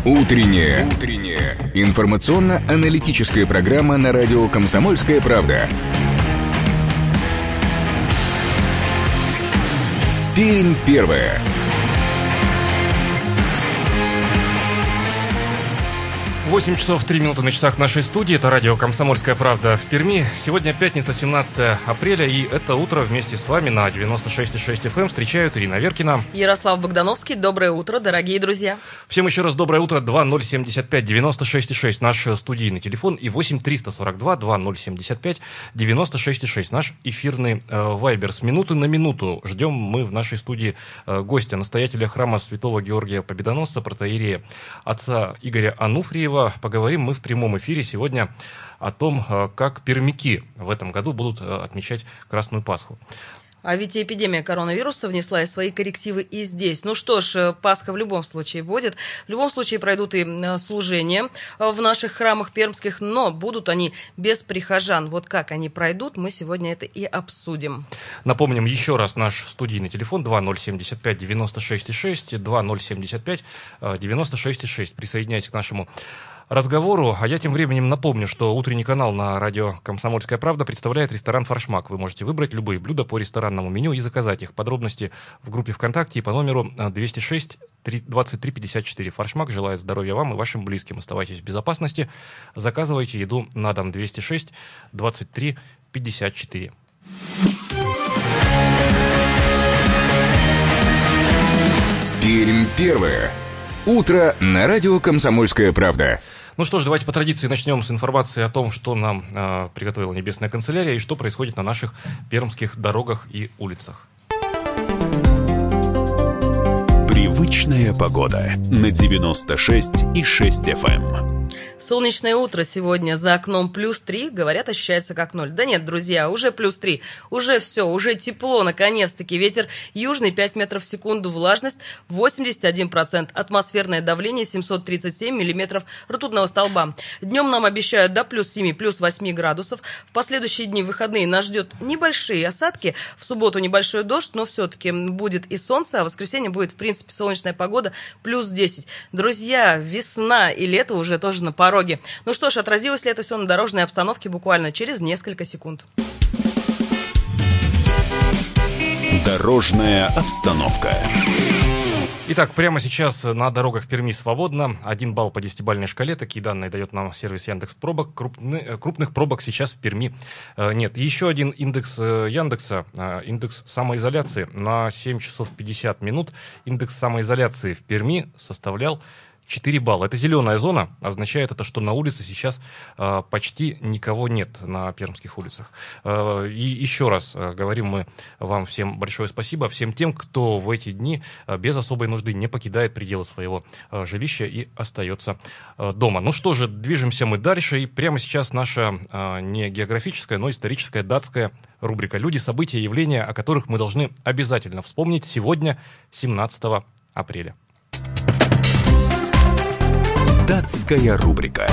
Утренняя информационно-аналитическая программа на радио «Комсомольская правда». Пермь первая. 8 часов 3 минуты на часах нашей студии. Это радио «Комсомольская правда» в Перми. Сегодня пятница, 17 апреля, и это утро вместе с вами на 96,6 FM встречают Ирина Веркина, Ярослав Богдановский. Доброе утро, дорогие друзья. Всем еще раз доброе утро. 2075-96,6 наш студийный телефон и 8-342-2075-96,6 наш эфирный вайбер. С минуты на минуту ждем мы в нашей студии гостя, настоятеля храма Святого Георгия Победоносца, протоиерея отца Игоря Ануфриева. Поговорим мы в прямом эфире сегодня о том, как пермяки в этом году будут отмечать Красную Пасху. А ведь эпидемия коронавируса внесла и свои коррективы и здесь. Ну что ж, Пасха в любом случае будет. В любом случае пройдут и служения в наших храмах пермских, но будут они без прихожан. Вот как они пройдут, мы сегодня это и обсудим. Напомним еще раз наш студийный телефон 2075-96,6, 2075-96,6. Присоединяйтесь к нашему разговору. А я тем временем напомню, что утренний канал на радио «Комсомольская правда» представляет ресторан «Форшмак». Вы можете выбрать любые блюда по ресторанному меню и заказать их. Подробности в группе ВКонтакте и по номеру 206 23 54. «Форшмак» желает здоровья вам и вашим близким. Оставайтесь в безопасности. Заказывайте еду на дом 206 23 54. Пермь первая. Утро на радио «Комсомольская правда». Ну что ж, давайте по традиции начнем с информации о том, что нам приготовила Небесная канцелярия и что происходит на наших пермских дорогах и улицах. Привычная погода на 96,6 FM. Солнечное утро сегодня, за окном +3, говорят, ощущается как 0. Да нет, друзья, уже +3, уже все, уже тепло, наконец-таки. Ветер южный, 5 метров в секунду, влажность 81%, атмосферное давление 737 миллиметров ртутного столба. Днем нам обещают до +7, +8 градусов. В последующие дни, выходные, нас ждет небольшие осадки, в субботу небольшой дождь, но все-таки будет и солнце, а в воскресенье будет, в принципе, солнечная погода, +10. Друзья, весна и лето уже тоже на пороге. Ну что ж, отразилось ли это все на дорожной обстановке буквально через несколько секунд. Дорожная обстановка. Итак, прямо сейчас на дорогах Перми свободно. 1 балл по 10-бальной шкале. Такие данные дает нам сервис Яндекс.Пробок. Крупных пробок сейчас в Перми нет. Еще один индекс Яндекса, индекс самоизоляции на 7 часов 50 минут. Индекс самоизоляции в Перми составлял 4 балла. Это зеленая зона. Означает это, что на улице сейчас почти никого нет на пермских улицах. И еще раз говорим мы вам всем большое спасибо. Всем тем, кто в эти дни без особой нужды не покидает пределы своего жилища и остается дома. Ну что же, движемся мы дальше. И прямо сейчас наша не географическая, но историческая датская рубрика «Люди, события, явления», о которых мы должны обязательно вспомнить сегодня, 17 апреля. Датская рубрика.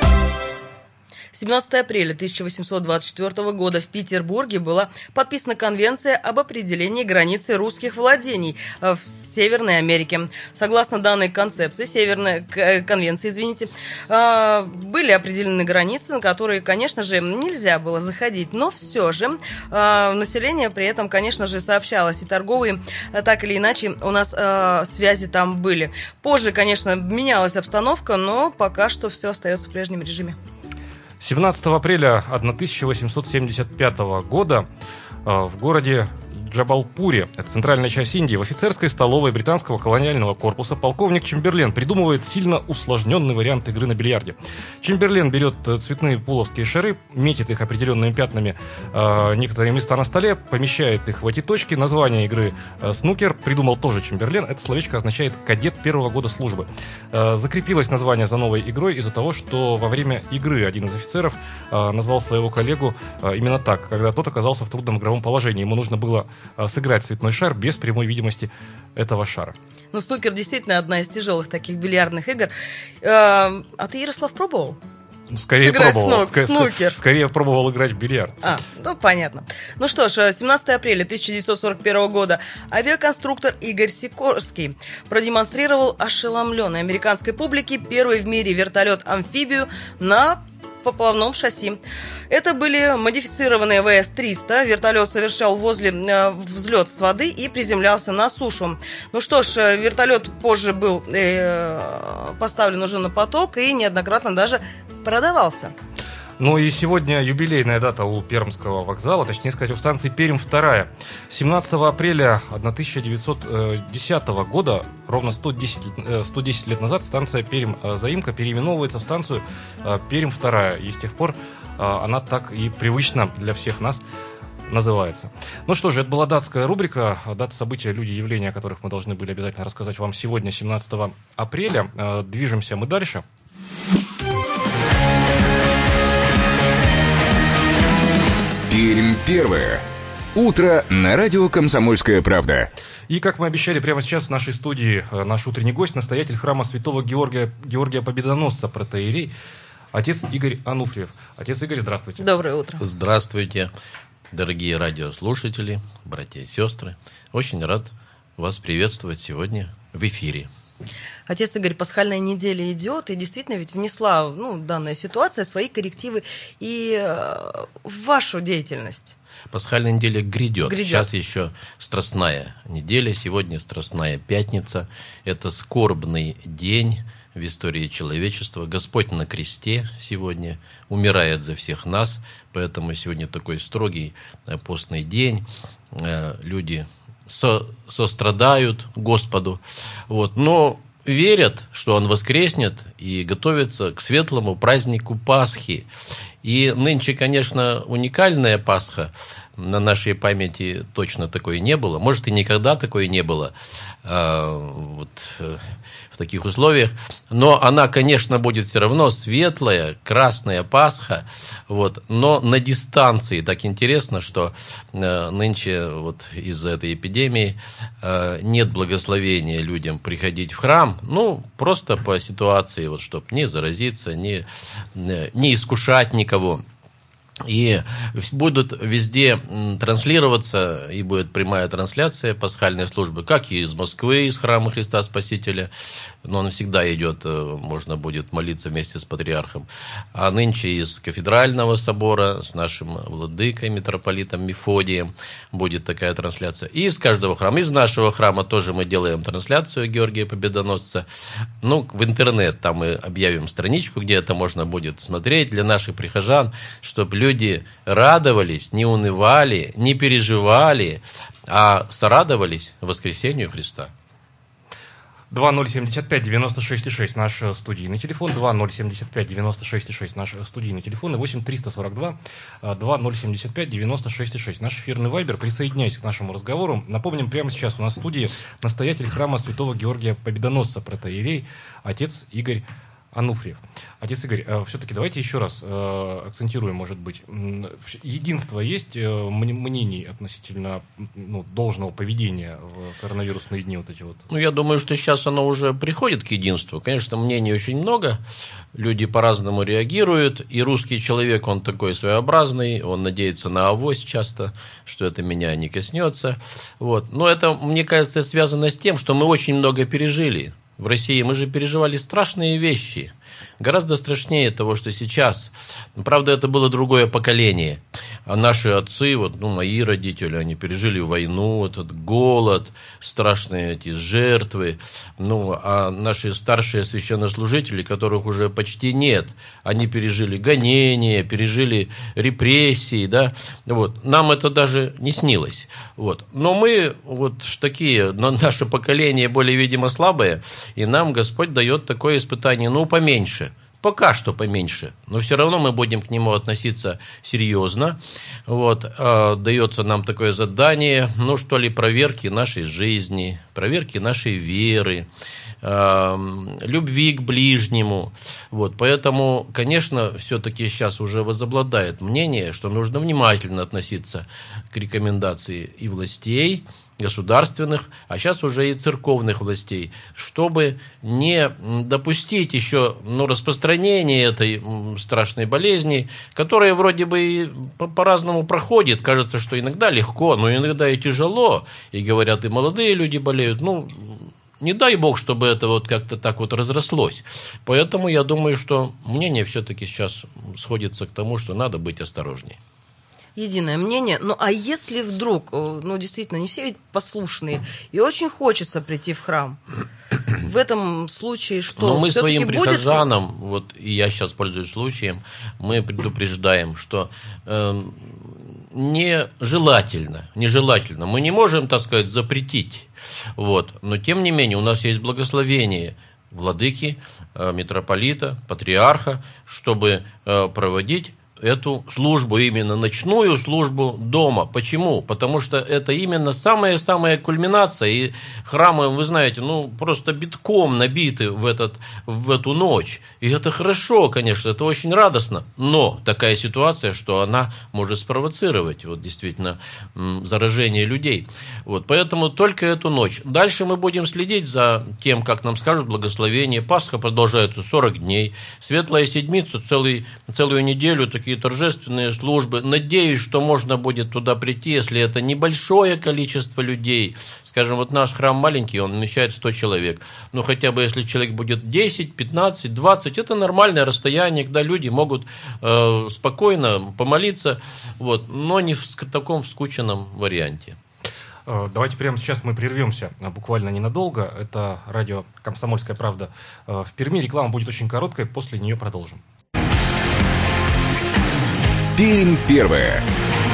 17 апреля 1824 года в Петербурге была подписана Конвенция об определении границы русских владений в Северной Америке. Согласно данной концепции, конвенции, были определены границы, на которые, конечно же, нельзя было заходить, но все же население при этом, конечно же, сообщалось, и торговые, так или иначе, у нас связи там были. Позже, конечно, менялась обстановка, но пока что все остается в прежнем режиме. 17 апреля 1875 года в городе Джабалпуре, это центральная часть Индии, в офицерской столовой британского колониального корпуса полковник Чемберлен придумывает сильно усложненный вариант игры на бильярде. Чемберлен берет цветные пуловские шары, метит их определенными пятнами некоторые места на столе, помещает их в эти точки. Название игры снукер придумал тоже Чемберлен. Это словечко означает «кадет первого года службы». Закрепилось название за новой игрой из-за того, что во время игры один из офицеров назвал своего коллегу именно так, когда тот оказался в трудном игровом положении. Ему нужно было сыграть цветной шар без прямой видимости этого шара. Ну, снукер действительно одна из тяжелых таких бильярдных игр. А ты, Ярослав, пробовал? Скорее сыграть пробовал. снукер. Скорее пробовал играть в бильярд. Ну, понятно. Ну что ж, 17 апреля 1941 года авиаконструктор Игорь Сикорский продемонстрировал ошеломленной американской публике первый в мире вертолет-амфибию на поплавном шасси. Это были модифицированные ВС-300. Вертолет совершал взлет с воды и приземлялся на сушу. Ну что ж, вертолет позже был поставлен уже на поток и неоднократно даже продавался. Ну и сегодня юбилейная дата у Пермского вокзала, точнее сказать, у станции Пермь-2. 17 апреля 1910 года, ровно 110 лет назад, станция Пермь-Заимка переименовывается в станцию Пермь-2. И с тех пор она так и привычно для всех нас называется. Ну что же, это была датская рубрика. Дата, события, люди, явления, о которых мы должны были обязательно рассказать вам сегодня, 17 апреля. Движемся мы дальше. Пермь первое. Утро на радио «Комсомольская правда». И, как мы обещали, прямо сейчас в нашей студии наш утренний гость, настоятель храма святого Георгия Победоносца, протоиерей, отец Игорь Ануфриев. Отец Игорь, здравствуйте. Доброе утро. Здравствуйте, дорогие радиослушатели, братья и сестры. Очень рад вас приветствовать сегодня в эфире. Отец Игорь, пасхальная неделя идет, и действительно ведь внесла данная ситуация свои коррективы и в вашу деятельность. Пасхальная неделя грядет. Сейчас еще Страстная неделя, сегодня Страстная пятница. Это скорбный день в истории человечества. Господь на кресте сегодня умирает за всех нас, поэтому сегодня такой строгий постный день. Люди сострадают Господу, но верят, что Он воскреснет и готовятся к светлому празднику Пасхи. И нынче, конечно, уникальная Пасха. На нашей памяти точно такой не было. Может, и никогда такой не было в таких условиях. Но она, конечно, будет все равно светлая, красная Пасха. Но на дистанции. Так интересно, что нынче из-за этой эпидемии нет благословения людям приходить в храм. Просто по ситуации, чтобы не заразиться, не искушать никого. И будут везде транслироваться, и будет прямая трансляция пасхальной службы, как и из Москвы, из храма Христа Спасителя, но он всегда идет, можно будет молиться вместе с патриархом, а нынче из кафедрального собора с нашим владыкой, митрополитом Мефодием будет такая трансляция, и из каждого храма, из нашего храма тоже мы делаем трансляцию Георгия Победоносца, в интернет там мы объявим страничку, где это можно будет смотреть для наших прихожан, чтобы люди радовались, не унывали, не переживали, а сорадовались воскресению Христа. 2075-96-6 наш студийный телефон, 2075-96-6 наш студийный телефон и 8-342-2075-96-6 наш эфирный вайбер. Присоединяйтесь к нашему разговору. Напомним, прямо сейчас у нас в студии настоятель храма святого Георгия Победоносца, протоиерей, отец Игорь Ануфриев. Отец Игорь, все-таки давайте еще раз акцентируем, может быть, единство есть мнений относительно должного поведения в коронавирусные дни Я думаю, что сейчас оно уже приходит к единству. Конечно, мнений очень много, люди по-разному реагируют, и русский человек, он такой своеобразный, он надеется на авось часто, что это меня не коснется. Но это, мне кажется, связано с тем, что мы очень много пережили. В России мы же переживали страшные вещи, гораздо страшнее того, что сейчас. Правда, это было другое поколение. А наши отцы, мои родители, они пережили войну, этот голод, страшные эти жертвы. А наши старшие священнослужители, которых уже почти нет, они пережили гонения, пережили репрессии, да. Нам это даже не снилось. Но мы такие, наше поколение более, видимо, слабое, и нам Господь дает такое испытание, поменьше. Пока что поменьше, но все равно мы будем к нему относиться серьезно. Дается нам такое задание, проверки нашей жизни, проверки нашей веры, любви к ближнему. Поэтому, конечно, все-таки сейчас уже возобладает мнение, что нужно внимательно относиться к рекомендации и властей, государственных, а сейчас уже и церковных властей, чтобы не допустить еще распространения этой страшной болезни, которая вроде бы и по-разному проходит. Кажется, что иногда легко, но иногда и тяжело. И говорят, и молодые люди болеют. Не дай бог, чтобы это вот как-то так вот разрослось. Поэтому я думаю, что мнение все-таки сейчас сходится к тому, что надо быть осторожнее. Единое мнение. А если вдруг, действительно, не все ведь послушные, и очень хочется прийти в храм, в этом случае что? Мы Все-таки своим прихожанам, и я сейчас пользуюсь случаем, мы предупреждаем, что нежелательно, мы не можем, так сказать, запретить, но тем не менее у нас есть благословение владыки, митрополита, патриарха, чтобы проводить эту службу, именно ночную службу дома. Почему? Потому что это именно самая кульминация. И храмы, вы знаете, просто битком набиты в эту ночь. И это хорошо, конечно, это очень радостно. Но такая ситуация, что она может спровоцировать действительно заражение людей. Поэтому только эту ночь. Дальше мы будем следить за тем, как нам скажут благословение. Пасха продолжается 40 дней. Светлая Седмица целую неделю, такие торжественные службы. Надеюсь, что можно будет туда прийти, если это небольшое количество людей. Скажем, наш храм маленький, он вмещает 100 человек. Хотя бы если человек будет 10, 15, 20, это нормальное расстояние, когда люди могут спокойно помолиться, но не в таком скученном варианте. Давайте прямо сейчас мы прервемся буквально ненадолго. Это радио «Комсомольская правда» в Перми. Реклама будет очень короткая, после нее продолжим. Пермь первая.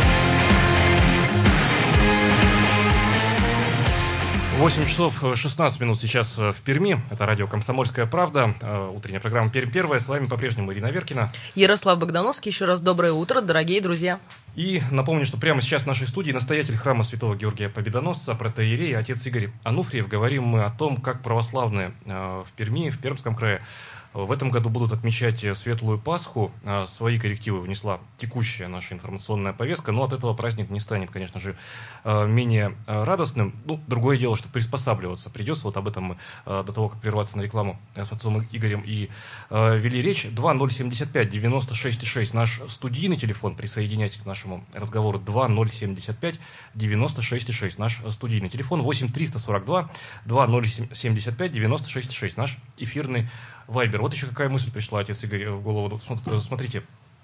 8 часов 16 минут сейчас в Перми. Это радио «Комсомольская правда». Утренняя программа «Пермь первая». С вами по-прежнему Ирина Веркина. Ярослав Богдановский. Еще раз доброе утро, дорогие друзья. И напомню, что прямо сейчас в нашей студии настоятель храма Святого Георгия Победоносца, протоиерей, отец Игорь Ануфриев. Говорим мы о том, как православные в Перми, в Пермском крае, в этом году будут отмечать Светлую Пасху. Свои коррективы внесла текущая наша информационная повестка, но от этого праздник не станет, конечно же, менее радостным. Другое дело, что приспосабливаться придется. Об этом мы до того, как прерваться на рекламу с отцом Игорем и вели речь. 2075-96-6 наш студийный телефон. Присоединяйтесь к нашему разговору. 2075-96-6 наш студийный телефон. 8-342-2075-96-6 наш эфирный Вайбер. Еще какая мысль пришла, отец Игорь, в голову. Смотрите,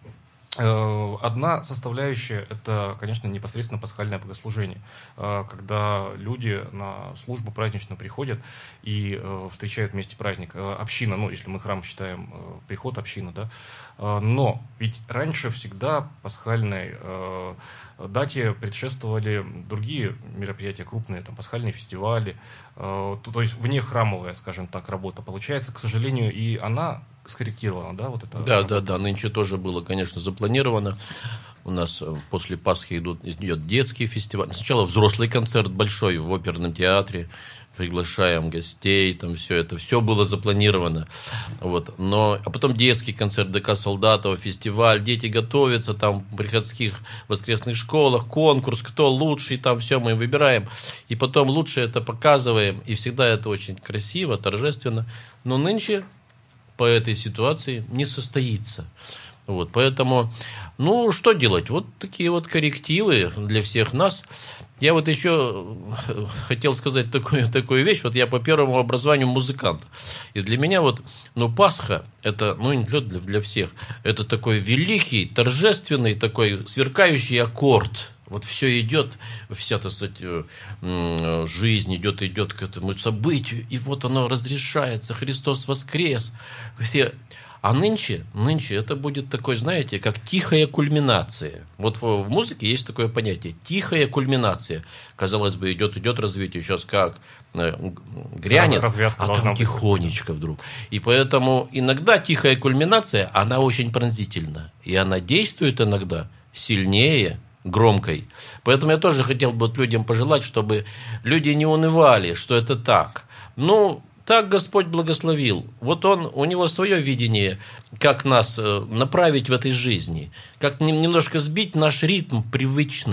одна составляющая – это, конечно, непосредственно пасхальное богослужение, когда люди на службу праздничную приходят и встречают вместе праздник. Община, если мы храм считаем, приход община, да. Но ведь раньше всегда пасхальной дате предшествовали другие мероприятия крупные, пасхальные фестивали, то есть внехрамовая, скажем так, работа. Получается, к сожалению, и она скорректирована, да, это? Да, нынче тоже было, конечно, запланировано. У нас после Пасхи идет детский фестиваль. Сначала взрослый концерт большой в оперном театре. Приглашаем гостей, все было запланировано. А потом детский концерт ДК Солдатова, фестиваль, дети готовятся, в приходских воскресных школах, конкурс, кто лучший, все мы выбираем. И потом лучше это показываем, и всегда это очень красиво, торжественно. Но нынче по этой ситуации не состоится. Поэтому, что делать? Такие коррективы для всех нас. Я еще хотел сказать такую вещь. Я по первому образованию музыкант. И для меня Пасха, это, не для всех, это такой великий, торжественный, такой сверкающий аккорд. Все идет, вся, так сказать, жизнь идет к этому событию, и оно разрешается, Христос воскрес. А нынче это будет такой, знаете, как тихая кульминация. В музыке есть такое понятие – тихая кульминация. Казалось бы, идет развитие, сейчас как грянет, а там тихонечко вдруг. И поэтому иногда тихая кульминация, она очень пронзительна. И она действует иногда сильнее громкой. Поэтому я тоже хотел бы людям пожелать, чтобы люди не унывали, что это так. Так Господь благословил. У Него свое видение, как нас направить в этой жизни, как немножко сбить наш ритм привычный.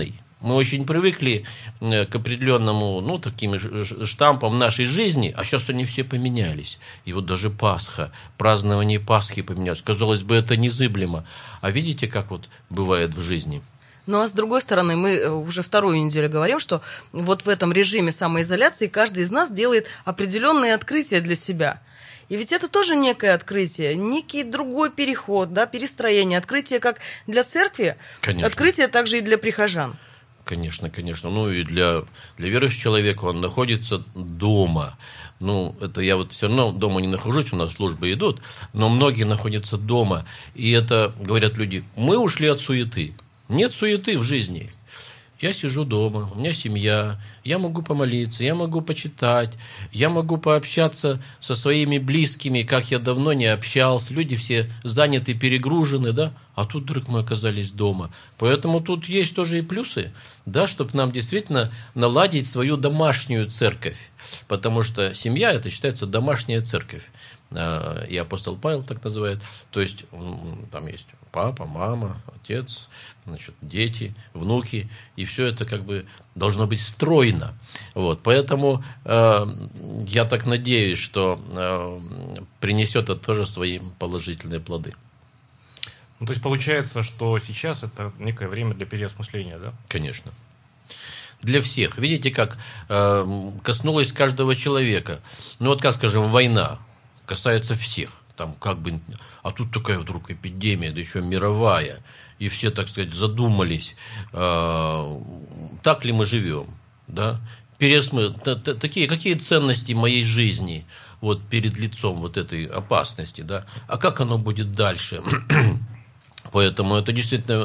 Мы очень привыкли к определенному, таким штампам нашей жизни, а сейчас они все поменялись. И вот даже Пасха, празднование Пасхи поменялось. Казалось бы, это незыблемо. А видите, как вот бывает в жизни? Ну, а с другой стороны, мы уже вторую неделю говорим, что вот в этом режиме самоизоляции каждый из нас делает определенные открытия для себя. И ведь это тоже некое открытие, некий другой переход, да, перестроение. Открытие как для церкви, Конечно. Открытие также и для прихожан. Конечно, конечно. И для верующего человека он находится дома. Это я вот все равно дома не нахожусь, у нас службы идут, но многие находятся дома. И это, говорят люди, мы ушли от суеты. Нет суеты в жизни. Я сижу дома, у меня семья, я могу помолиться, я могу почитать, я могу пообщаться со своими близкими, как я давно не общался. Люди все заняты, перегружены, да? А тут вдруг мы оказались дома. Поэтому тут есть тоже и плюсы, да, чтобы нам действительно наладить свою домашнюю церковь. Потому что семья, это считается домашняя церковь. И апостол Павел так называет. То есть там есть папа, мама, отец, дети, внуки, и все это как бы должно быть стройно. Поэтому я так надеюсь, что принесет это тоже свои положительные плоды. То есть получается, что сейчас это некое время для переосмысления, да? Конечно. Для всех. Видите, как коснулось каждого человека. Как, скажем, война касается всех. А тут такая вдруг эпидемия, да еще мировая. И все, так сказать, задумались, так ли мы живем, да? Какие ценности моей жизни перед лицом этой опасности, да? А как оно будет дальше? Поэтому это действительно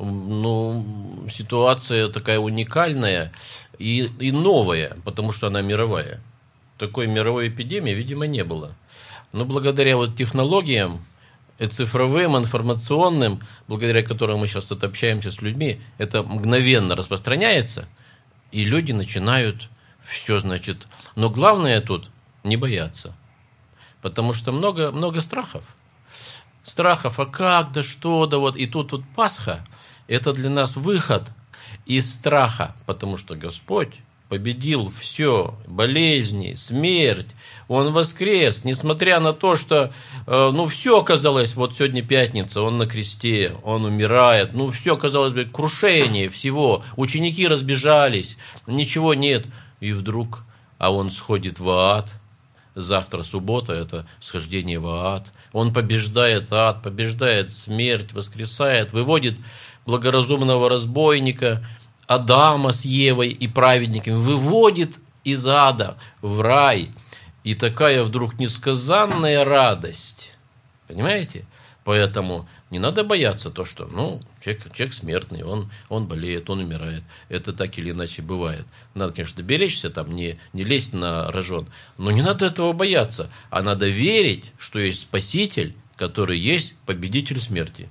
ситуация такая уникальная и новая, потому что она мировая. Такой мировой эпидемии, видимо, не было. Но благодаря технологиям, цифровым, информационным, благодаря которым мы сейчас общаемся с людьми, это мгновенно распространяется, и люди начинают все, Но главное тут не бояться, потому что много страхов. Страхов, а как, да что, да и тут Пасха, это для нас выход из страха, потому что Господь победил все, болезни, смерть, Он воскрес, несмотря на то, что, все казалось, сегодня пятница, Он на кресте, Он умирает, все, казалось бы, крушение всего, ученики разбежались, ничего нет, и вдруг, Он сходит в ад, завтра суббота, это схождение в ад, Он побеждает ад, побеждает смерть, воскресает, выводит благоразумного разбойника, Адама с Евой и праведниками, выводит из ада в рай. И такая вдруг несказанная радость. Понимаете? Поэтому не надо бояться то, что человек смертный, он болеет, он умирает. Это так или иначе бывает. Надо, конечно, беречься, не лезть на рожон. Но не надо этого бояться. А надо верить, что есть Спаситель, который есть победитель смерти.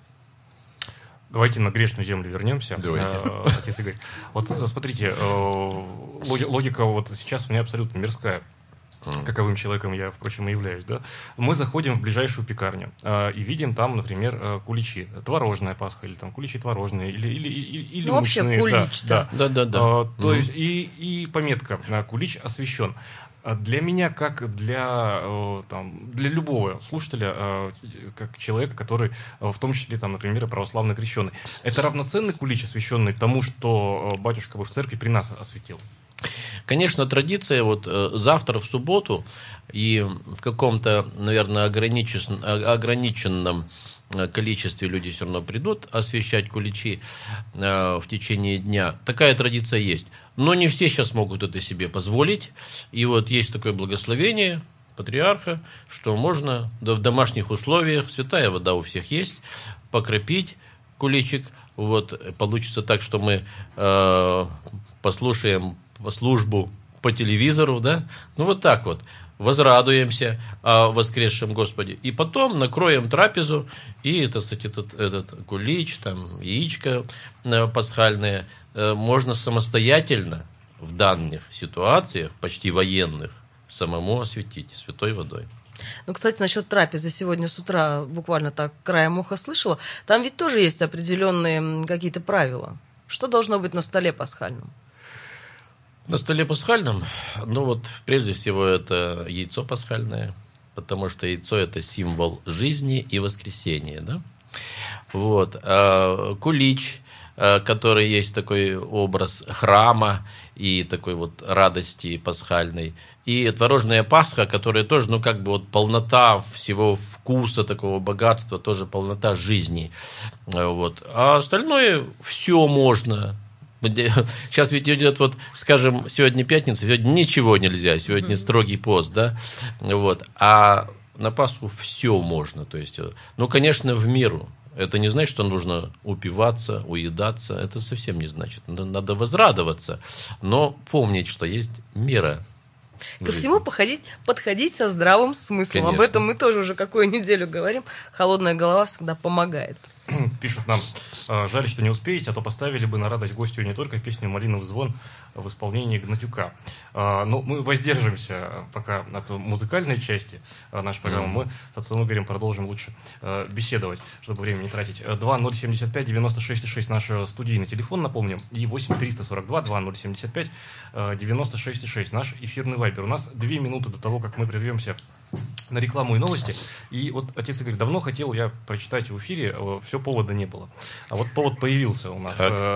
Давайте на грешную землю вернемся. Отец Игорь. Смотрите, логика сейчас у меня абсолютно мирская. Каковым человеком я, впрочем, и являюсь. Да? Мы заходим в ближайшую пекарню и видим там, например, куличи. Творожная Пасха, или куличи творожные, или вообще мучные. кулич, да. То есть и пометка «Кулич освящен». Для меня, как для любого слушателя, как человека, который в том числе, например, православно крещенный, это равноценный кулич, освященный тому, что батюшка в церкви при нас осветил? Конечно, традиция завтра в субботу и в каком-то, наверное, ограниченном количестве люди все равно придут освящать куличи в течение дня. Такая традиция есть. Но не все сейчас могут это себе позволить. И есть такое благословение патриарха, что можно в домашних условиях, святая вода у всех есть, покропить куличик. Получится так, что мы послушаем службу по телевизору, да? Так возрадуемся о воскресшем Господе. И потом накроем трапезу, и этот кулич, яичко пасхальное можно самостоятельно в данных ситуациях, почти военных, самому осветить святой водой. Кстати, насчет трапезы сегодня с утра буквально так краем уха слышала, там ведь тоже есть определенные какие-то правила. Что должно быть на столе пасхальном? На столе пасхальном, прежде всего, это яйцо пасхальное, потому что яйцо – это символ жизни и воскресения, да? Кулич, который есть такой образ храма и такой радости пасхальной. И творожная Пасха, которая тоже, полнота всего вкуса, такого богатства, тоже полнота жизни. А остальное все можно. Сейчас ведь идет, сегодня пятница, сегодня ничего нельзя, сегодня строгий пост, да? А на Пасху все можно. То есть, конечно, в меру. Это не значит, что нужно упиваться, уедаться. Это совсем не значит. Надо возрадоваться, но помнить, что есть мера. Ко всему подходить со здравым смыслом. Конечно. Об этом мы тоже уже какую неделю говорим. Холодная голова всегда помогает. Пишут нам, жаль, что не успеете, а то поставили бы на радость гостю не только песню «Малиновый звон» в исполнении Гнатюка. Но мы воздержимся пока от музыкальной части нашей программы. Мы с отцом Игорем продолжим лучше беседовать, чтобы время не тратить. 2075-96-6 наш студийный телефон, напомним, и 8-342-2075-96-6 наш эфирный вайбер. У нас 2 минуты до того, как мы прервемся на рекламу и новости. И отец Игорь, давно хотел я прочитать в эфире, все повода не было. А повод появился у нас.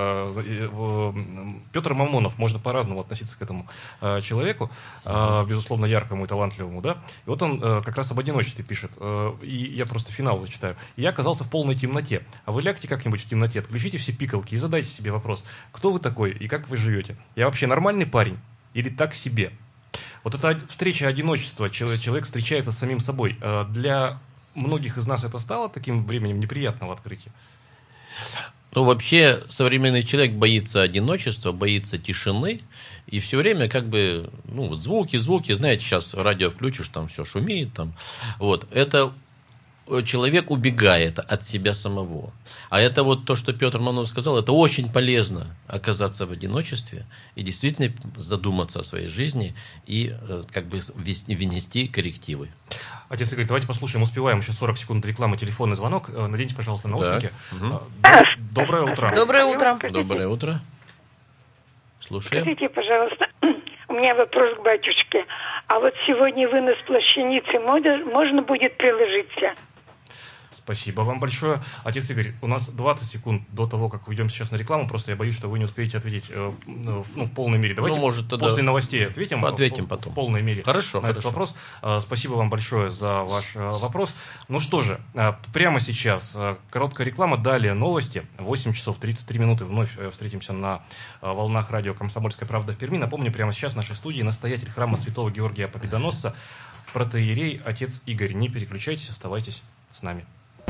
Петр Мамонов, можно по-разному относиться к этому человеку, безусловно, яркому и талантливому, да. И он как раз об одиночестве пишет. И я просто финал зачитаю. «Я оказался в полной темноте. А вы лягте как-нибудь в темноте, отключите все пикалки и задайте себе вопрос, кто вы такой и как вы живете? Я вообще нормальный парень или так себе?» Это встреча одиночества, человек встречается с самим собой. Для многих из нас это стало таким временем неприятного открытия? Вообще, современный человек боится одиночества, боится тишины, и все время звуки, знаете, сейчас радио включишь, там все шумит, это человек убегает от себя самого. А это то, что Петр Мамонов сказал, это очень полезно оказаться в одиночестве и действительно задуматься о своей жизни и внести коррективы. Отец Игорь, давайте послушаем, успеваем еще 40 секунд рекламы, телефонный звонок. Наденьте, пожалуйста, наушники. Доброе утро. Доброе утро. Доброе утро. Слушаем. Скажите, пожалуйста, у меня вопрос к батюшке. А сегодня вынос плащаницы можно будет приложиться? Спасибо вам большое. Отец Игорь, у нас 20 секунд до того, как уйдем сейчас на рекламу. Просто я боюсь, что вы не успеете ответить в полной мере. Давайте после новостей ответим. Ответим потом. В полной мере. Хорошо. Этот вопрос. Спасибо вам большое за ваш вопрос. Ну что же, прямо сейчас короткая реклама, далее новости. 8 часов 33 минуты. Вновь встретимся на волнах радио «Комсомольская правда» в Перми. Напомню, прямо сейчас в нашей студии настоятель храма Святого Георгия Победоносца, протоиерей отец Игорь. Не переключайтесь, оставайтесь с нами.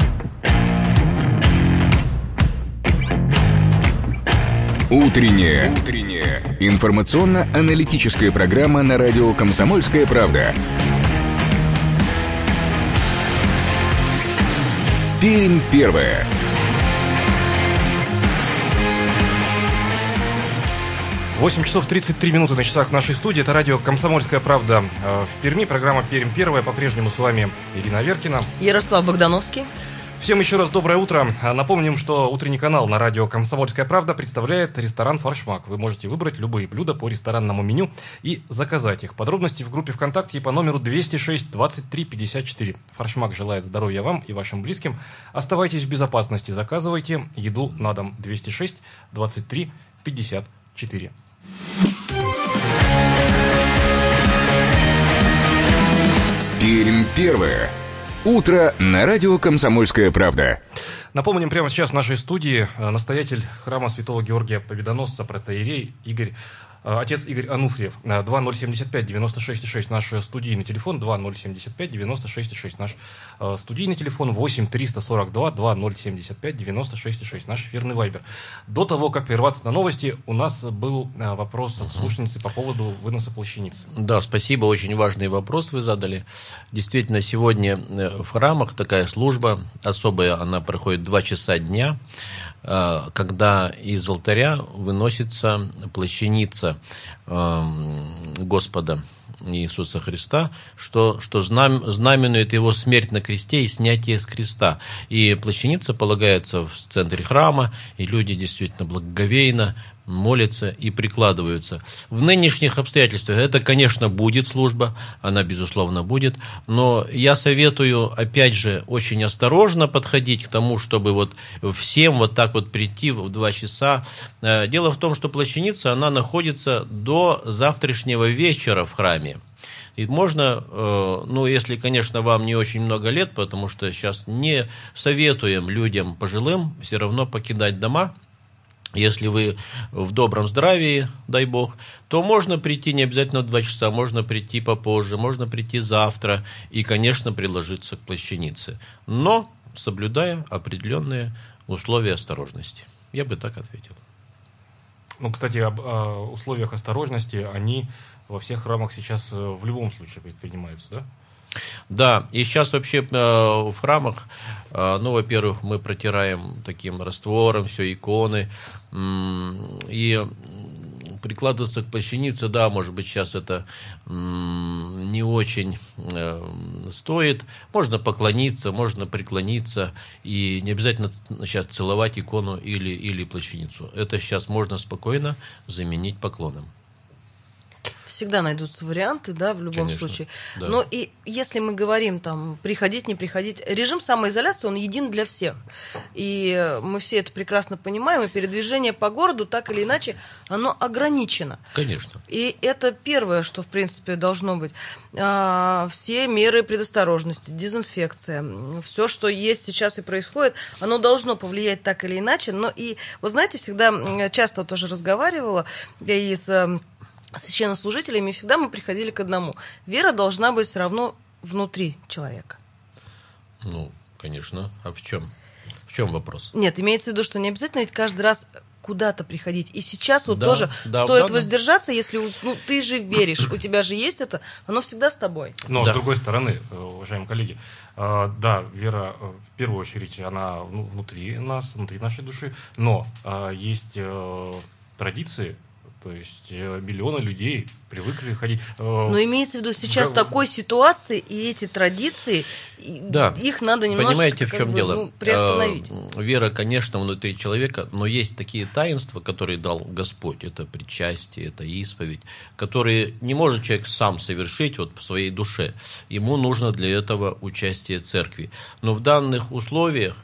Утренняя информационно-аналитическая программа на радио «Комсомольская правда». Пермь первая. Восемь часов 33 минуты на часах нашей студии. Это радио «Комсомольская правда» в Перми. Программа «Пермь первая». По-прежнему с вами Ирина Аверкина. Ярослав Богдановский. Всем еще раз доброе утро. Напомним, что утренний канал на радио «Комсомольская правда» представляет ресторан «Форшмак». Вы можете выбрать любые блюда по ресторанному меню и заказать их. Подробности в группе ВКонтакте по номеру 206 23 54. «Форшмак» желает здоровья вам и вашим близким. Оставайтесь в безопасности. Заказывайте еду на дом. 206 23 54. Пермь первая. Утро на радио «Комсомольская правда». Напомним, прямо сейчас в нашей студии настоятель храма Святого Георгия Победоносца, протоиерей отец Игорь Ануфриев. 2075-96-6 наш студийный телефон, 2075-96-6 наш студийный телефон, 8-342-2075-96-6 наш эфирный вайбер. До того, как прерваться на новости, у нас был вопрос от слушательницы по поводу выноса плащаницы. Да, спасибо, очень важный вопрос вы задали. Действительно, сегодня в храмах такая служба особая, она проходит 2 часа дня, когда из алтаря выносится плащаница Господа. Иисуса Христа, что знаменует его смерть на кресте и снятие с креста. И плащаница полагается в центре храма, и люди действительно благоговейно молятся и прикладываются. В нынешних обстоятельствах это, конечно, будет служба, она, безусловно, будет, но я советую, опять же, очень осторожно подходить к тому, чтобы вот всем вот так вот прийти в 2 часа. Дело в том, что плащаница, она находится до завтрашнего вечера в храме. И можно, ну, если, конечно, вам не очень много лет, потому что сейчас не советуем людям пожилым все равно покидать дома. Если вы в добром здравии, дай Бог, то можно прийти не обязательно в 2 часа, можно прийти попозже, можно прийти завтра и, конечно, приложиться к плащанице, но соблюдая определенные условия осторожности. Я бы так ответил. Ну, кстати, об условиях осторожности, они во всех храмах сейчас в любом случае предпринимаются, да? Да, и сейчас вообще в храмах, ну, во-первых, мы протираем таким раствором все иконы, и прикладываться к плащанице, да, может быть, сейчас это не очень стоит. Можно поклониться, можно преклониться, и не обязательно сейчас целовать икону или плащаницу. Это сейчас можно спокойно заменить поклоном. Всегда найдутся варианты, да, в любом Конечно, случае. да. Но и если мы говорим, там, приходить, не приходить, режим самоизоляции, он един для всех. И мы все это прекрасно понимаем, и передвижение по городу, так или иначе, оно ограничено. Конечно. И это первое, что, в принципе, должно быть. Все меры предосторожности, дезинфекция, все, что есть сейчас и происходит, оно должно повлиять так или иначе. Но и, вы знаете, всегда, часто тоже разговаривала и с священнослужителями, и всегда мы приходили к одному. Вера должна быть все равно внутри человека. Ну, конечно. А в чем? В чем вопрос? Нет, имеется в виду, что не обязательно ведь каждый раз куда-то приходить. И сейчас вот Да, тоже да, стоит да, воздержаться, если ты же веришь, у тебя же есть это, оно всегда с тобой. Но, Да. с другой стороны, уважаемые коллеги, да, вера, в первую очередь, она внутри нас, внутри нашей души, но есть традиции, то есть миллионы людей привыкли ходить. Но имеется в виду сейчас в такой ситуации, и эти традиции, Да. их надо немножко Понимаете, в чем дело? приостановить. Вера, конечно, внутри человека, но есть такие таинства, которые дал Господь. Это причастие, это исповедь, которые не может человек сам совершить вот в своей душе. Ему нужно для этого участие церкви. Но в данных условиях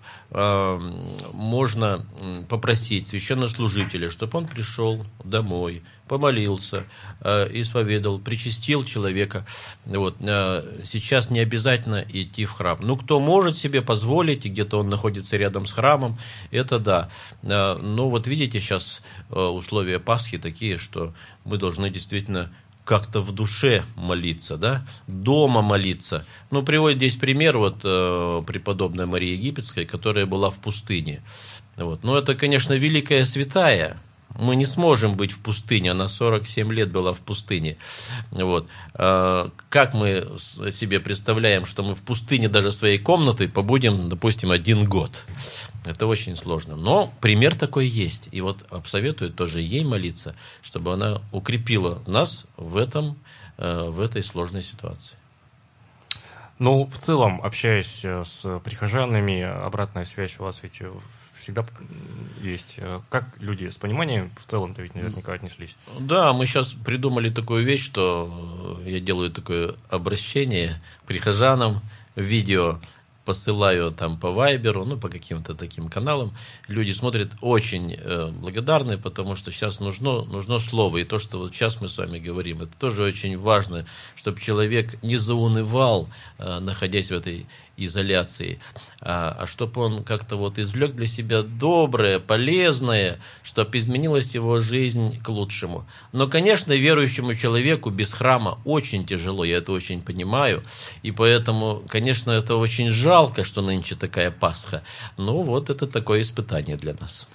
можно попросить священнослужителя, чтобы он пришел домой, помолился, исповедал, причастил человека. Вот. Сейчас не обязательно идти в храм. Ну, кто может себе позволить, и где-то он находится рядом с храмом, это да. Но вот видите, сейчас условия Пасхи такие, что мы должны действительно как-то в душе молиться, да, дома молиться. Ну, приводит здесь пример вот преподобная Мария Египетская, которая была в пустыне. Вот. Но это, конечно, великая святая. Мы не сможем быть в пустыне, она 47 лет была в пустыне. Вот. Как мы себе представляем, что мы в пустыне даже своей комнатой побудем, допустим, 1 год? Это очень сложно. Но пример такой есть. И вот советую тоже ей молиться, чтобы она укрепила нас в этой сложной ситуации. Ну, в целом, общаясь с прихожанами, обратная связь у вас ведь всегда есть. Как люди с пониманием в целом-то ведь наверняка отнеслись? Да, мы сейчас придумали такую вещь, что я делаю такое обращение прихожанам, видео посылаю там по Вайберу, ну, по каким-то таким каналам. Люди смотрят очень благодарны, потому что сейчас нужно слово. И то, что вот сейчас мы с вами говорим, это тоже очень важно, чтобы человек не заунывал, находясь в этой изоляции, а чтобы он как-то вот извлек для себя доброе, полезное, чтобы изменилась его жизнь к лучшему. Но, конечно, верующему человеку без храма очень тяжело, я это очень понимаю, и поэтому, конечно, это очень жалко, что нынче такая Пасха. Но вот это такое испытание для нас.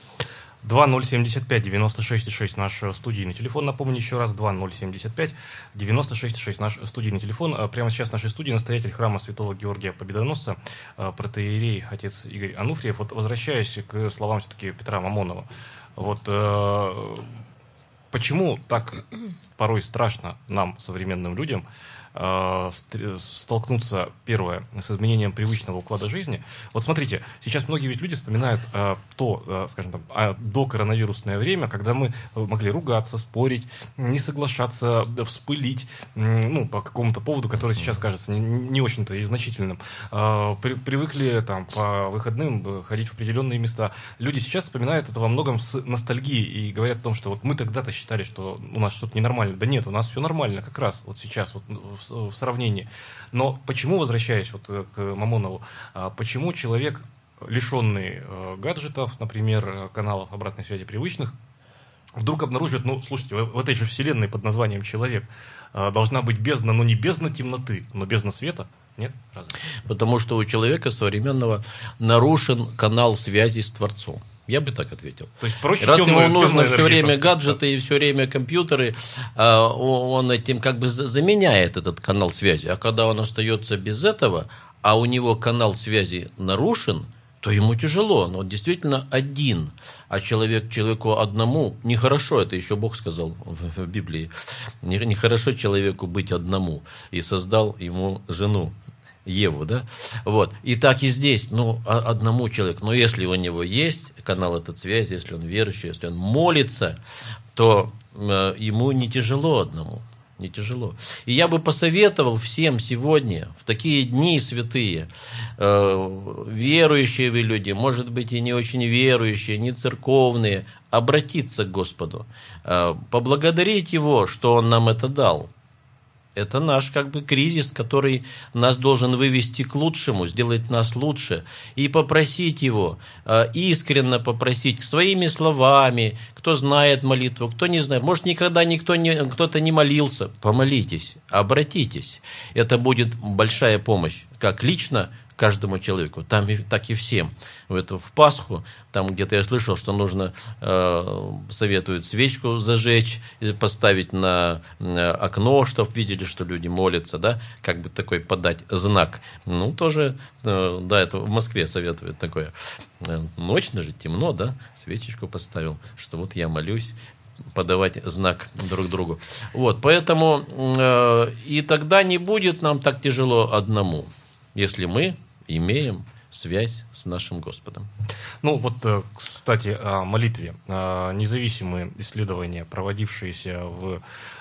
2075-96-6 наш студийный телефон. Напомню еще раз, 2075-96-6 наш студийный телефон. Прямо сейчас в нашей студии настоятель храма святого Георгия Победоносца, протоиерей отец Игорь Ануфриев. Вот возвращаясь к словам все-таки Петра Мамонова. Вот почему так порой страшно нам, современным людям, столкнуться, первое, с изменением привычного уклада жизни. Вот смотрите, сейчас многие ведь люди вспоминают скажем так, докоронавирусное время, когда мы могли ругаться, спорить, не соглашаться, вспылить, по какому-то поводу, который сейчас кажется не очень-то и значительным. Привыкли там по выходным ходить в определенные места. Люди сейчас вспоминают это во многом с ностальгией и говорят о том, что вот мы тогда-то считали, что у нас что-то ненормально. Да нет, у нас все нормально как раз вот сейчас, вот в сравнении. Но почему, возвращаясь вот к Мамонову, почему человек, лишенный гаджетов, например, каналов обратной связи привычных, вдруг обнаруживает, слушайте, в этой же вселенной под названием человек должна быть бездна, но не бездна темноты, но бездна света? Нет? Разве? Потому что у человека современного нарушен канал связи с Творцом. Я бы так ответил. То есть проще раз ему нужно все время энергия, гаджеты и все время компьютеры, он этим как бы заменяет этот канал связи. А когда он остается без этого, а у него канал связи нарушен, то ему тяжело. Но он действительно один. А человеку одному нехорошо, это еще Бог сказал в Библии. Нехорошо человеку быть одному. И создал ему жену. Еву, да? Вот. И так и здесь, одному человеку. Но если у него есть канал этот связи, если он верующий, если он молится, то ему не тяжело одному. Не тяжело. И я бы посоветовал всем сегодня, в такие дни святые, верующие вы люди, может быть, и не очень верующие, не церковные, обратиться к Господу, поблагодарить Его, что Он нам это дал. Это наш кризис, который нас должен вывести к лучшему, сделать нас лучше. И попросить Его, искренне попросить своими словами, кто знает молитву, кто не знает. Может, никогда кто-то не молился. Помолитесь, обратитесь. Это будет большая помощь, как лично каждому человеку, так и всем. В Пасху, там где-то я слышал, что нужно, советуют свечку зажечь, поставить на окно, чтобы видели, что люди молятся, да, как бы такой подать знак. Тоже, да, это в Москве советуют такое. Ночно же, темно, да, свечечку поставил, что вот я молюсь, подавать знак друг другу. Поэтому и тогда не будет нам так тяжело одному, если мы имеем связь с нашим Господом. Кстати, о молитве. Независимые исследования, проводившиеся в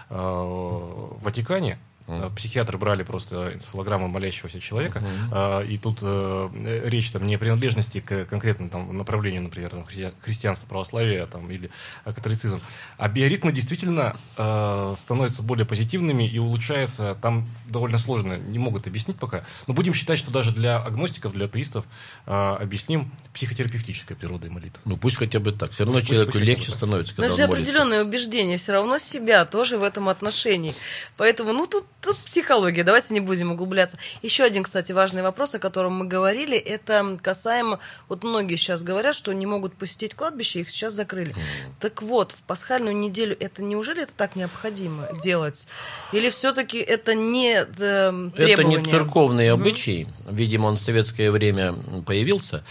Ватикане, психиатры брали просто энцефалограмму молящегося человека, и тут речь не о принадлежности к конкретному направлению, например, христианство, православие или католицизм, а биоритмы действительно становятся более позитивными и улучшаются. Там довольно сложно, не могут объяснить пока, но будем считать, что даже для агностиков, для атеистов объясним психотерапевтической природой молитвы. Пусть хотя бы так. Все равно человеку легче становится, когда он молится. Но это же определенное убеждение все равно себя тоже в этом отношении. Поэтому, тут психология, давайте не будем углубляться. Еще один, кстати, важный вопрос, о котором мы говорили, это касаемо, многие сейчас говорят, что не могут посетить кладбище, их сейчас закрыли. Так вот, в пасхальную неделю неужели это так необходимо делать? Или все-таки это не требование? Это не церковный обычай, видимо, он в советское время появился,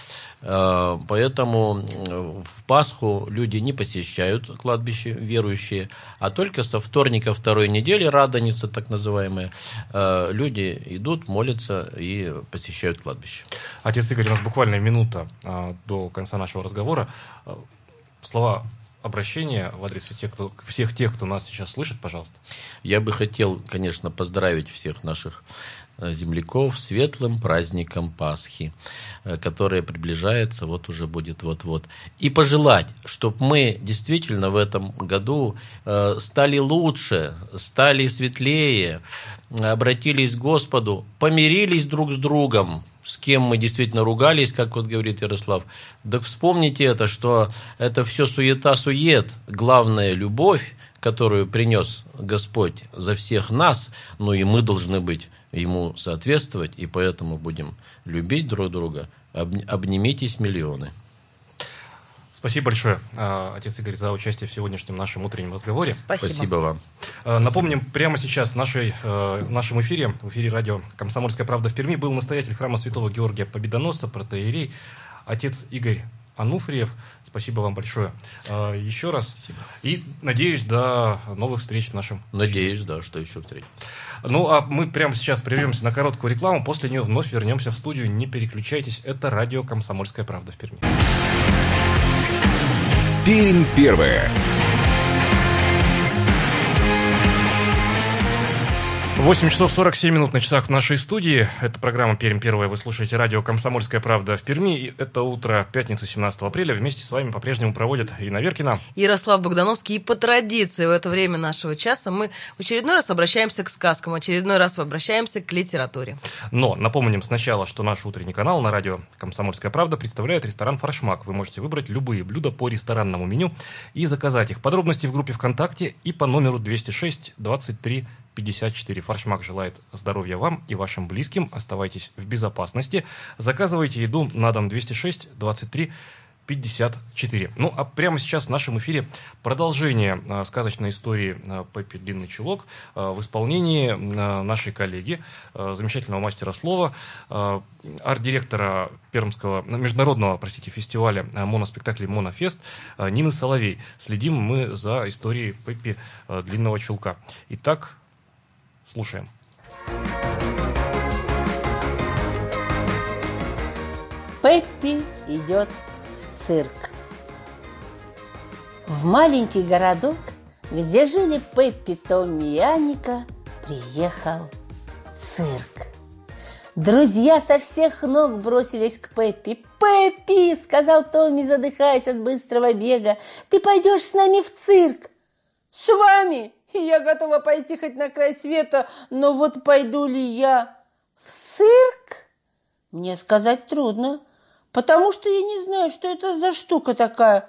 поэтому в Пасху люди не посещают кладбище, верующие, а только со вторника второй недели, Радоница так называемая, люди идут, молятся и посещают кладбище. Отец Игорь, у нас буквально минута до конца нашего разговора. Слова обращения в адрес всех тех, кто нас сейчас слышит, пожалуйста. Я бы хотел, конечно, поздравить всех наших земляков с светлым праздником Пасхи, которая приближается, уже будет вот-вот. И пожелать, чтобы мы действительно в этом году стали лучше, стали светлее, обратились к Господу, помирились друг с другом, с кем мы действительно ругались, как говорит Ярослав. Да вспомните это, что это все суета-сует. Главная любовь, которую принес Господь за всех нас, и мы должны быть Ему соответствовать, и поэтому будем любить друг друга. Обнимитесь, миллионы. Спасибо большое, отец Игорь, за участие в сегодняшнем нашем утреннем разговоре. Спасибо вам. Напомним, прямо сейчас в нашем эфире, в эфире радио «Комсомольская правда» в Перми, был настоятель храма святого Георгия Победоносца, протоиерей, отец Игорь Ануфриев. Спасибо вам большое. Еще раз. Спасибо. И надеюсь, до новых встреч в нашем эфире. Надеюсь, да, что еще встретимся. Ну, а мы прямо сейчас прервемся на короткую рекламу. После нее вновь вернемся в студию. Не переключайтесь. Это радио «Комсомольская правда» в Перми. Пермь первая. 8 часов 47 минут на часах в нашей студии. Это программа «Пермь первая». Вы слушаете радио «Комсомольская правда» в Перми. И это утро пятницы, 17 апреля. Вместе с вами по-прежнему проводят Ирина Веркина, Ярослав Богдановский. И по традиции в это время нашего часа мы в очередной раз обращаемся к сказкам, в очередной раз обращаемся к литературе. Но напомним сначала, что наш утренний канал на радио «Комсомольская правда» представляет ресторан «Форшмак». Вы можете выбрать любые блюда по ресторанному меню и заказать их. Подробности в группе ВКонтакте и по номеру 206 23 54. «Форшмак» желает здоровья вам и вашим близким. Оставайтесь в безопасности. Заказывайте еду на дом 206 23 54. Ну, а прямо сейчас в нашем эфире продолжение сказочной истории Пеппи Длинный Чулок в исполнении нашей коллеги, замечательного мастера слова, арт-директора Пермского международного, фестиваля моноспектаклей «Монофест» Нины Соловей. Следим мы за историей Пеппи Длинного Чулка. Итак, слушаем. Пеппи идет в цирк. В маленький городок, где жили Пеппи, Томми и Аника, приехал цирк. Друзья со всех ног бросились к Пеппи. «Пеппи!» — сказал Томми, задыхаясь от быстрого бега. «Ты пойдешь с нами в цирк?» «С вами? Я готова пойти хоть на край света, но вот пойду ли я в цирк? Мне сказать трудно, потому что я не знаю, что это за штука такая.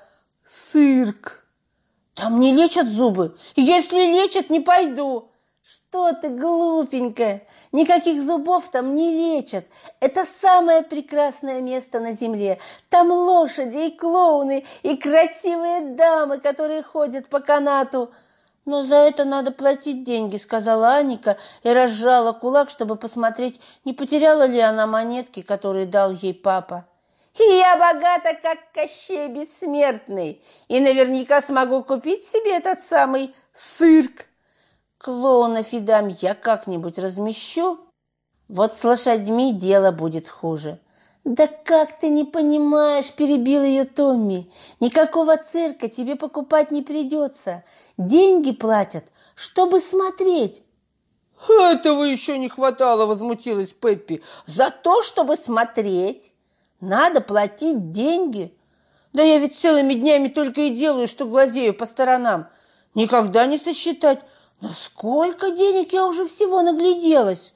Цирк. Там не лечат зубы. Если лечат, не пойду». «Что ты, глупенькая? Никаких зубов там не лечат. Это самое прекрасное место на земле. Там лошади и клоуны, и красивые дамы, которые ходят по канату. Но за это надо платить деньги», — сказала Аника и разжала кулак, чтобы посмотреть, не потеряла ли она монетки, которые дал ей папа. «И я богата, как Кощей Бессмертный, и наверняка смогу купить себе этот самый цирк. Клоунов и дам я как-нибудь размещу. Вот с лошадьми дело будет хуже». «Да как ты не понимаешь?» – перебил ее Томми. «Никакого цирка тебе покупать не придется. Деньги платят, чтобы смотреть». «Этого еще не хватало», – возмутилась Пеппи. «За то, чтобы смотреть, надо платить деньги. Да я ведь целыми днями только и делаю, что глазею по сторонам. Никогда не сосчитать, на сколько денег я уже всего нагляделась».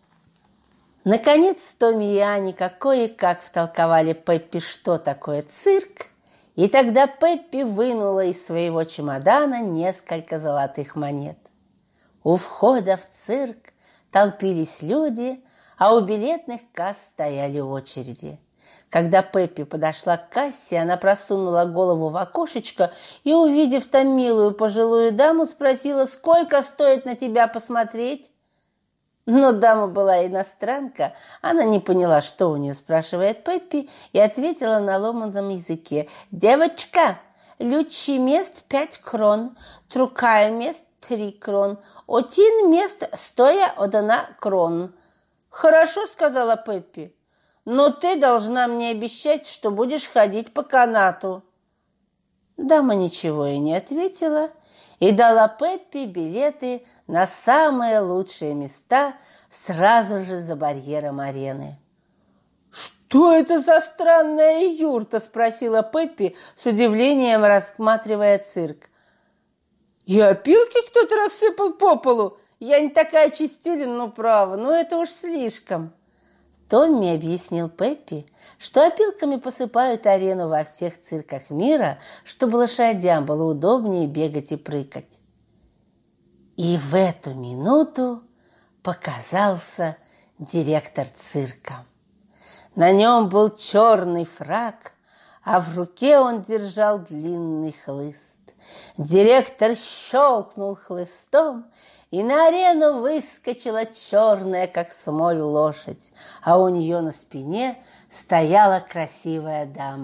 Наконец Томми и Аника кое-как втолковали Пеппи, что такое цирк, и тогда Пеппи вынула из своего чемодана несколько золотых монет. У входа в цирк толпились люди, а у билетных касс стояли очереди. Когда Пеппи подошла к кассе, она просунула голову в окошечко и, увидев там милую пожилую даму, спросила: «Сколько стоит на тебя посмотреть?» Но дама была иностранка, она не поняла, что у нее спрашивает Пеппи, и ответила на ломаном языке: «Девочка, лючий мест 5 крон, трукая мест 3 крон, один мест стоя 1 крон». «Хорошо», — сказала Пеппи, «но ты должна мне обещать, что будешь ходить по канату». Дама ничего и не ответила, и дала Пеппи билеты на самые лучшие места сразу же за барьером арены. «Что это за странная юрта?» – спросила Пеппи, с удивлением рассматривая цирк. «И опилки кто-то рассыпал по полу? Я не такая чистюля, ну право, но это уж слишком». Томми объяснил Пеппи, что опилками посыпают арену во всех цирках мира, чтобы лошадям было удобнее бегать и прыгать. И в эту минуту показался директор цирка. На нем был черный фрак, а в руке он держал длинный хлыст. Директор щелкнул хлыстом, и на арену выскочила черная, как смоль, лошадь, а у нее на спине стояла красивая дама.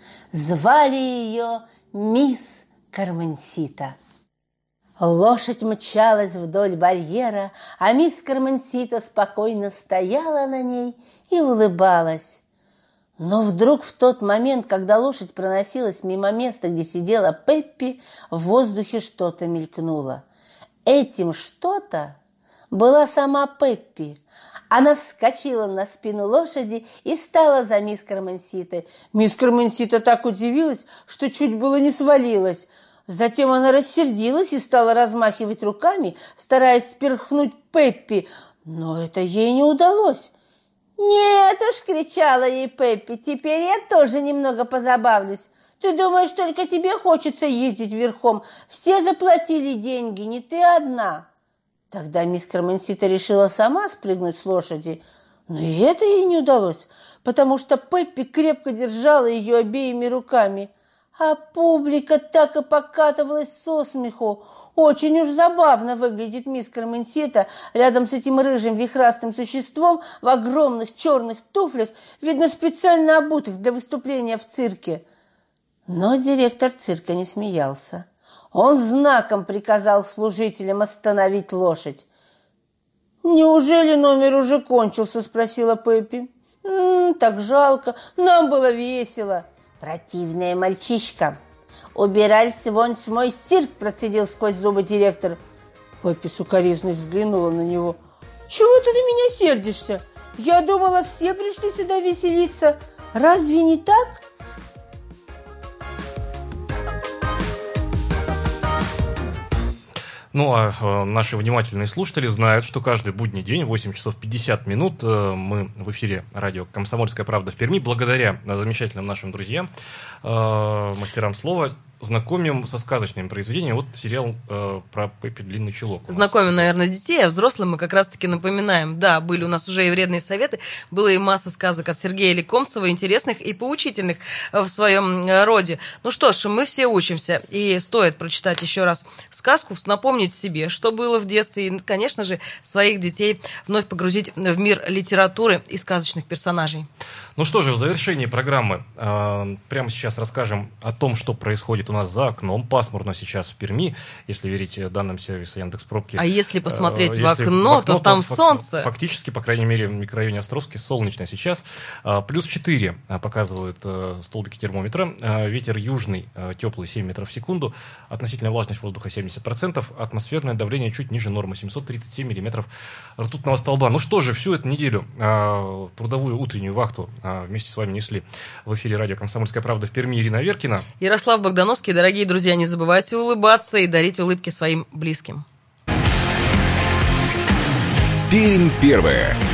Звали ее мисс Карменсита. Лошадь мчалась вдоль барьера, а мисс Карменсита спокойно стояла на ней и улыбалась. Но вдруг в тот момент, когда лошадь проносилась мимо места, где сидела Пеппи, в воздухе что-то мелькнуло. Этим что-то была сама Пеппи. Она вскочила на спину лошади и стала за мисс Карменситой. Мисс Карменсита так удивилась, что чуть было не свалилась. Затем она рассердилась и стала размахивать руками, стараясь сперхнуть Пеппи, но это ей не удалось. «Нет уж!» – кричала ей Пеппи. «Теперь я тоже немного позабавлюсь. Ты думаешь, только тебе хочется ездить верхом? Все заплатили деньги, не ты одна». Тогда мисс Карменсита решила сама спрыгнуть с лошади, но и это ей не удалось, потому что Пеппи крепко держала ее обеими руками. А публика так и покатывалась со смеху. Очень уж забавно выглядит мисс Карменсита рядом с этим рыжим вихрастым существом в огромных черных туфлях, видно, специально обутых для выступления в цирке. Но директор цирка не смеялся. Он знаком приказал служителям остановить лошадь. «Неужели номер уже кончился?» – спросила Пеппи. «Так жалко, нам было весело». «Противная мальчишка! Убирайся вон с мой цирк!» – процедил сквозь зубы директор. Пеппи сукоризной взглянула на него. «Чего ты на меня сердишься? Я думала, все пришли сюда веселиться. Разве не так?» Ну, а наши внимательные слушатели знают, что каждый будний день в 8 часов 50 минут мы в эфире радио «Комсомольская правда» в Перми, благодаря замечательным нашим друзьям, мастерам слова, знакомим со сказочными произведениями. Вот сериал про Пеппи «Длинный чулок». Знакомим, наверное, детей, а взрослым мы как раз-таки напоминаем. Да, были у нас уже и вредные советы, было и масса сказок от Сергея Лекомцева, интересных и поучительных в своем роде. Ну что ж, мы все учимся, и стоит прочитать еще раз сказку, напомнить себе, что было в детстве, и, конечно же, своих детей вновь погрузить в мир литературы и сказочных персонажей. Ну что же, в завершении программы прямо сейчас расскажем о том, что происходит у нас за окном. Пасмурно сейчас в Перми, если верить данным сервиса Яндекс.Пробки. А если посмотреть в окно, то там солнце. Фактически, по крайней мере, в микрорайоне Островский солнечно сейчас. Плюс 4 показывают столбики термометра. Ветер южный, теплый, 7 метров в секунду. Относительная влажность воздуха 70%. Атмосферное давление чуть ниже нормы, 737 миллиметров ртутного столба. Ну что же, всю эту неделю трудовую утреннюю вахту вместе с вами несли в эфире радио «Комсомольская правда» в Перми Ирина Веркина. Ярослав Богдановский. Дорогие друзья, не забывайте улыбаться и дарить улыбки своим близким. Пермь первая.